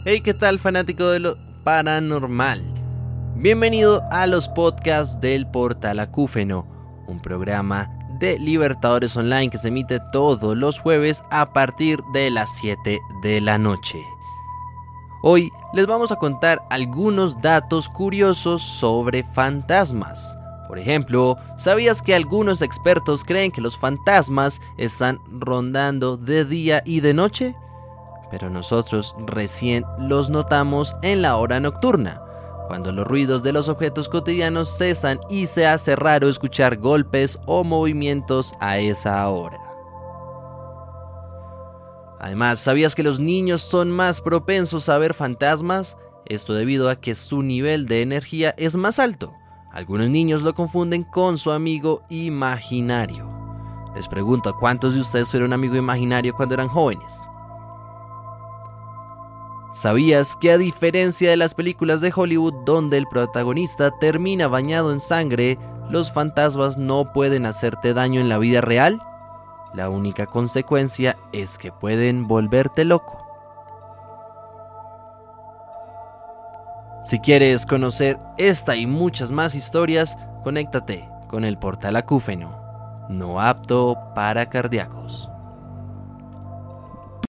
Hey, ¿qué tal, fanático de lo paranormal? Bienvenido a los podcasts del Portal Acúfeno, un programa de Libertadores Online que se emite todos los jueves a partir de las 7 de la noche. Hoy les vamos a contar algunos datos curiosos sobre fantasmas. Por ejemplo, ¿sabías que algunos expertos creen que los fantasmas están rondando de día y de noche? Pero nosotros recién los notamos en la hora nocturna, cuando los ruidos de los objetos cotidianos cesan y se hace raro escuchar golpes o movimientos a esa hora. Además, ¿sabías que los niños son más propensos a ver fantasmas? Esto debido a que su nivel de energía es más alto. Algunos niños lo confunden con su amigo imaginario. Les pregunto, ¿cuántos de ustedes fueron amigo imaginario cuando eran jóvenes? ¿Sabías que a diferencia de las películas de Hollywood donde el protagonista termina bañado en sangre, los fantasmas no pueden hacerte daño en la vida real? La única consecuencia es que pueden volverte loco. Si quieres conocer esta y muchas más historias, conéctate con el Portal Acúfeno, no apto para cardíacos.